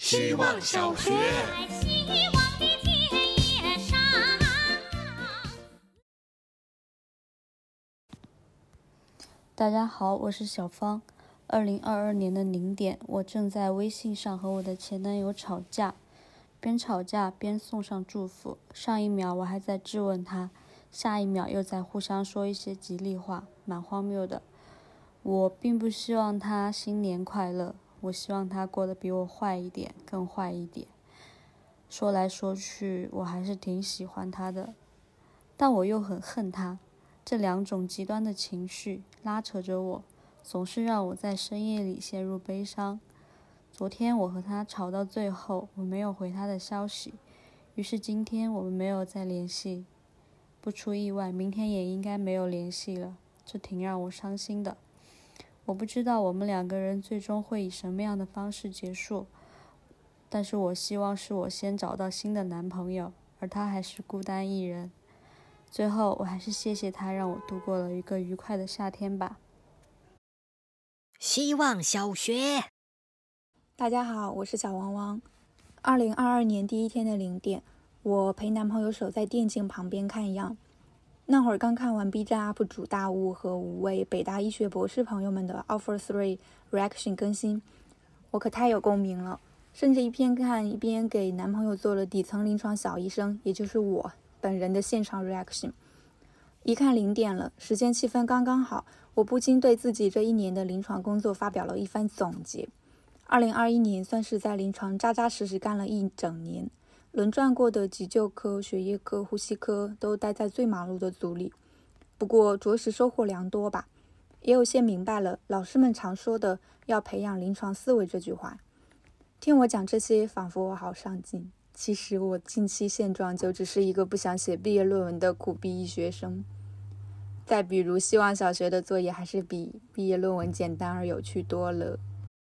希望小学。 大家好，我是小芳。2022年的0点，我正在微信上和我的前男友吵架，边吵架边送上祝福。上一秒我还在质问他，下一秒又在互相说一些吉利话，蛮荒谬的。我并不希望他新年快乐，我希望他过得比我坏一点，更坏一点。说来说去，我还是挺喜欢他的，但我又很恨他。这两种极端的情绪拉扯着我，总是让我在深夜里陷入悲伤。昨天我和他吵到最后，我没有回他的消息，于是今天我们没有再联系。不出意外，明天也应该没有联系了，这挺让我伤心的。我不知道我们两个人最终会以什么样的方式结束，但是我希望是我先找到新的男朋友，而他还是孤单一人。最后，我还是谢谢他，让我度过了一个愉快的夏天吧。 希望小学。 大家好，我是小汪汪。2022年第一天的0点，我陪男朋友守在电竞旁边看样。那会儿刚看完 B 站 UP 主大雾和5位北大医学博士朋友们的 Offer 3 Reaction 更新，我可太有共鸣了，甚至一边看一边给男朋友做了底层临床小医生，也就是我本人的现场 reaction。 一看0点了，时间气氛刚刚好，我不禁对自己这一年的临床工作发表了一番总结。2021年算是在临床扎扎实实干了一整年，轮转过的急救科、血液科、呼吸科都待在最忙碌的组里，不过着实收获良多吧。也有些明白了老师们常说的要培养临床思维这句话。听我讲这些，仿佛我好上进，其实我近期现状就只是一个不想写毕业论文的苦逼医学生。再比如希望小学的作业还是比毕业论文简单而有趣多了。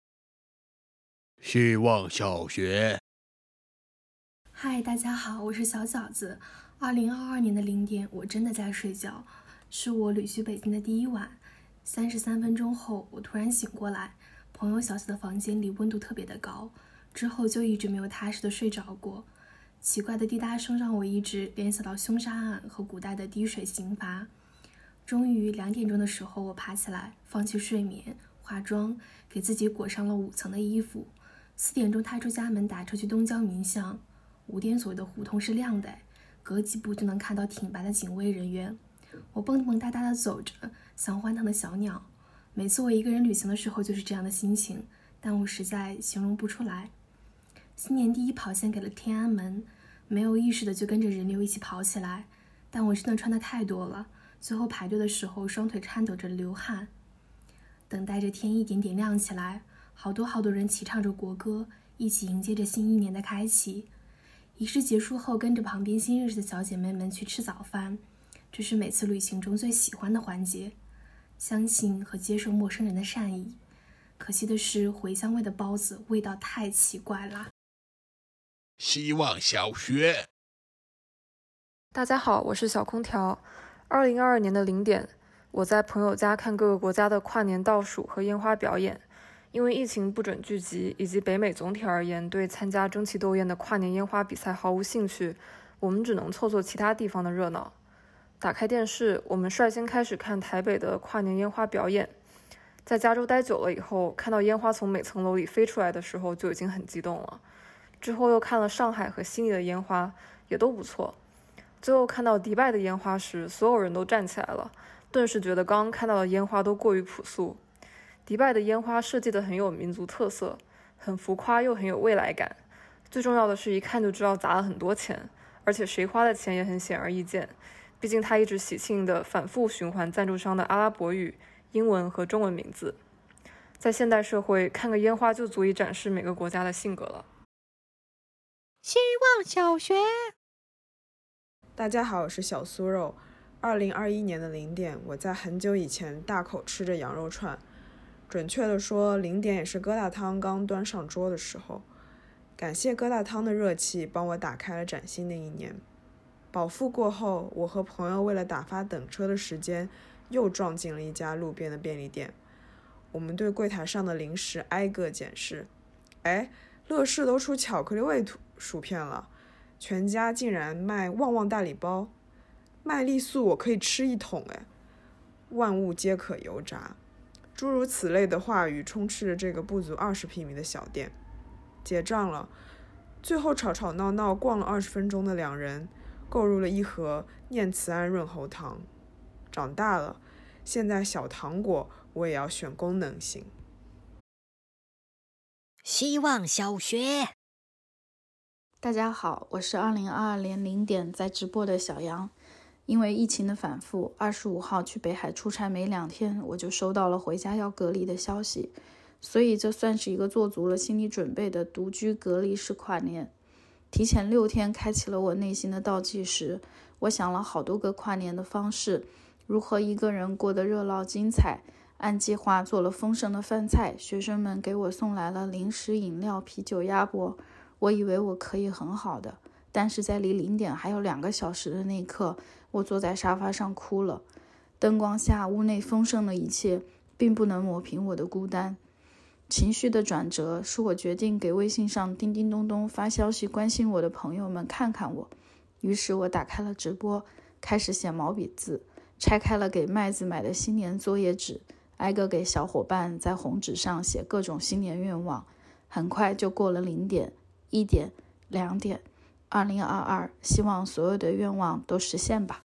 希望小学。 嗨，大家好，我是小饺子。2022年的0点，我真的在睡觉，是我旅居北京的第一晚。33分钟后，我突然醒过来，朋友小姐的房间里温度特别的高，之后就一直没有踏实的睡着过。奇怪的滴答声让我一直联想到凶杀案和古代的滴水刑罚。终于2点钟的时候，我爬起来，放弃睡眠，化妆，给自己裹上了5层的衣服。4点钟踏出家门，打车去东郊民巷。5点左右的胡同是亮的，隔几步就能看到挺拔的警卫人员。我蹦蹦哒哒地走着，像欢腾的小鸟。每次我一个人旅行的时候就是这样的心情，但我实在形容不出来。新年第一跑线给了天安门，没有意识的就跟着人流一起跑起来，但我真的穿的太多了，最后排队的时候双腿颤抖着流汗。等待着天一点点亮起来，好多人齐唱着国歌，一起迎接着新一年的开启。仪式结束后，跟着旁边新认识的小姐妹们去吃早饭，这是每次旅行中最喜欢的环节。相信和接受陌生人的善意。可惜的是，茴香味的包子味道太奇怪了。 希望小学。 大家好，我是小空调。2022年的0点，我在朋友家看各个国家的跨年倒数和烟花表演。因为疫情不准聚集，以及北美总体而言对参加争奇斗艳的跨年烟花比赛毫无兴趣，我们只能凑凑其他地方的热闹。打开电视，我们率先开始看台北的跨年烟花表演。在加州待久了以后，看到烟花从每层楼里飞出来的时候就已经很激动了。之后又看了上海和悉尼的烟花，也都不错。最后看到迪拜的烟花时，所有人都站起来了，顿时觉得刚刚看到的烟花都过于朴素。迪拜的烟花设计得很有民族特色，很浮夸又很有未来感。最重要的是一看就知道砸了很多钱，而且谁花的钱也很显而易见，毕竟他一直喜庆地反复循环赞助商的阿拉伯语、英文和中文名字。在现代社会，看个烟花就足以展示每个国家的性格了。 希望小学。 大家好，我是小酥肉。2021年的0点，我在很久以前大口吃着羊肉串。准确的说，0点也是疙瘩汤刚端上桌的时候。感谢疙瘩汤的热气，帮我打开了崭新的一年。饱腹过后，我和朋友为了打发等车的时间，又撞进了一家路边的便利店。我们对柜台上的零食挨个检视。 乐事都出巧克力味薯片了，全家竟然卖旺旺大礼包，麦丽素我可以吃1桶哎，万物皆可油炸，诸如此类的话语充斥着这个不足20平米的小店。结账了，最后吵吵闹闹逛了20分钟的两人购入了1盒念慈庵润喉糖。长大了，现在小糖果我也要选功能型。 希望小学。 大家好，我是2022年0点在直播的小杨。因为疫情的反复，25号去北海出差没2天，我就收到了回家要隔离的消息，所以这算是一个做足了心理准备的独居隔离式跨年。提前6天开启了我内心的倒计时，我想了好多个跨年的方式，如何一个人过得热闹精彩，按计划做了丰盛的饭菜，学生们给我送来了零食、饮料、啤酒、鸭脖，我以为我可以很好的，但是在离0点还有2个小时的那一刻，我坐在沙发上哭了。灯光下，屋内丰盛的一切并不能抹平我的孤单。情绪的转折是我决定给微信上叮叮咚咚发消息关心我的朋友们看看我。于是我打开了直播，开始写毛笔字，拆开了给麦子买的新年作业纸，挨个给小伙伴在红纸上写各种新年愿望。很快就过了0点、1点、2点。2022，希望所有的愿望都实现吧。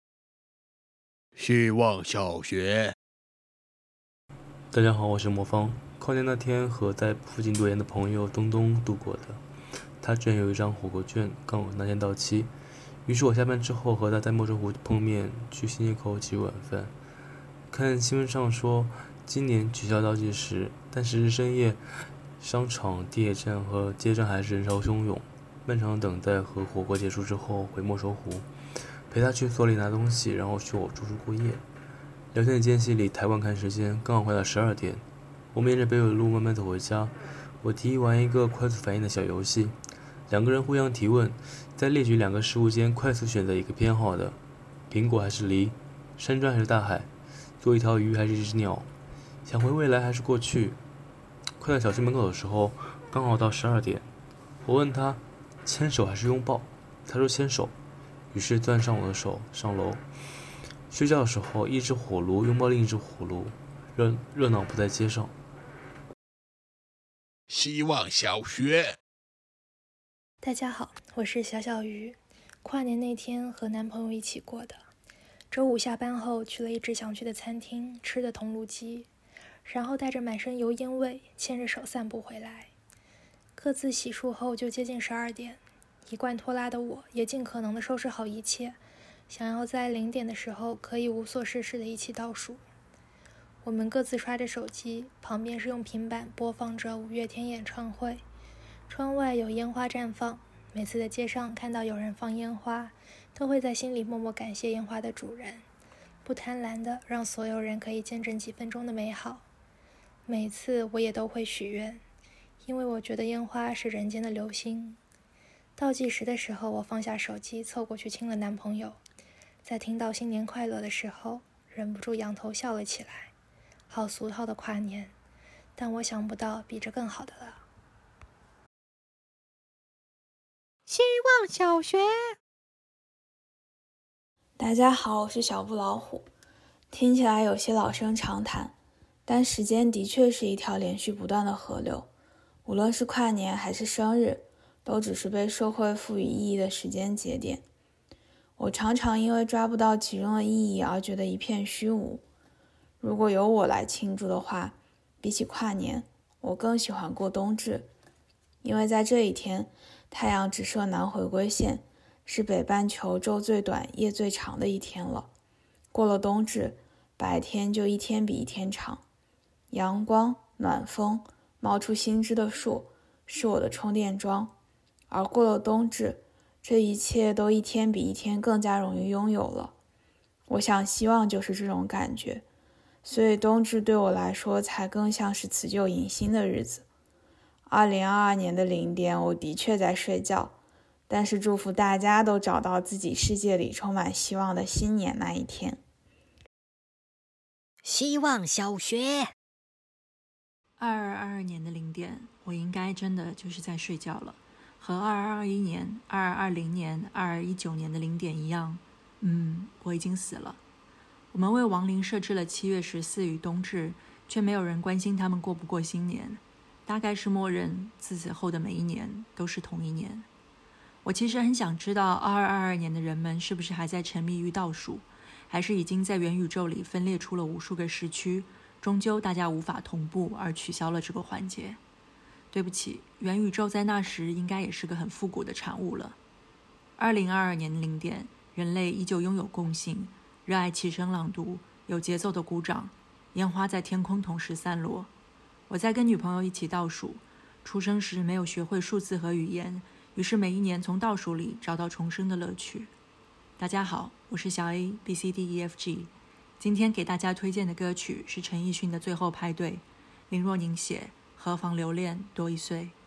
希望小学。 大家好，我是魔方。跨年那天和在附近读研的朋友东东度过的。他居然有一张火锅券，刚好那天到期，于是我下班之后和他在墨州湖碰面，去新街口吃晚饭。看新闻上说今年取消倒计时，但时至深夜，商场、地铁站和街站还是人潮汹涌。漫长的等待和火锅结束之后，回墨州湖陪他去所里拿东西，然后去我住处过夜。聊天的间隙里，台湾看时间刚好快到12点。我们沿着北纬路慢慢走回家。我提议玩一个快速反应的小游戏，2个人互相提问，在列举2个事物间快速选择一个偏好的，苹果还是梨，山川还是大海，做一条鱼还是一只鸟，想回未来还是过去。快到小区门口的时候，刚好到12点。我问他牵手还是拥抱，他说牵手，于是攥上我的手上楼。睡觉的时候，一只火炉拥抱另一只火炉，热闹不在街上。 希望小学。 大家好，我是小小鱼。跨年那天和男朋友一起过的。周五下班后去了一直想去的餐厅，吃的桐炉鸡，然后带着满身油烟味，牵着手散步回来。各自洗漱后就接近12点，一贯拖拉的我也尽可能的收拾好一切，想要在0点的时候可以无所事事的一起倒数。我们各自刷着手机，旁边是用平板播放着5月天演唱会，窗外有烟花绽放。每次在街上看到有人放烟花，都会在心里默默感谢烟花的主人，不贪婪的让所有人可以见证几分钟的美好。每次我也都会许愿，因为我觉得烟花是人间的流星。倒计时的时候，我放下手机，凑过去亲了男朋友。在听到新年快乐的时候，忍不住仰头笑了起来。好俗套的跨年，但我想不到比这更好的了。 希望小学。 大家好，我是小布老虎。听起来有些老生常谈，但时间的确是一条连续不断的河流。无论是跨年还是生日，都只是被社会赋予意义的时间节点。我常常因为抓不到其中的意义而觉得一片虚无。如果由我来庆祝的话，比起跨年，我更喜欢过冬至，因为在这一天，太阳直射南回归线，是北半球昼最短、夜最长的一天了。过了冬至，白天就一天比一天长。阳光、暖风、冒出新枝的树，是我的充电桩。而过了冬至，这一切都一天比一天更加容易拥有了。我想希望就是这种感觉。所以冬至对我来说才更像是辞旧迎新的日子。2022年的0点，我的确在睡觉，但是祝福大家都找到自己世界里充满希望的新年那一天。 希望小学。 22年的0点， 我应该真的就是在睡觉了，和2221年、2220年、2219年的0点一样。我已经死了。我们为亡灵设置了7月14与冬至，却没有人关心他们过不过新年。大概是默认自此后的每一年都是同一年。我其实很想知道2222年的人们是不是还在沉迷于倒数，还是已经在元宇宙里分裂出了无数个时区，终究大家无法同步而取消了这个环节。对不起，元宇宙在那时应该也是个很复古的产物了。2022年的0点，人类依旧拥有共性，热爱齐声朗读，有节奏的鼓掌，烟花在天空同时散落。我在跟女朋友一起倒数，出生时没有学会数字和语言，于是每一年从倒数里找到重生的乐趣。大家好，我是小 A，BCDEFG。今天给大家推荐的歌曲是陈奕迅的《最后派对》，林若宁写《何妨留恋多一岁》。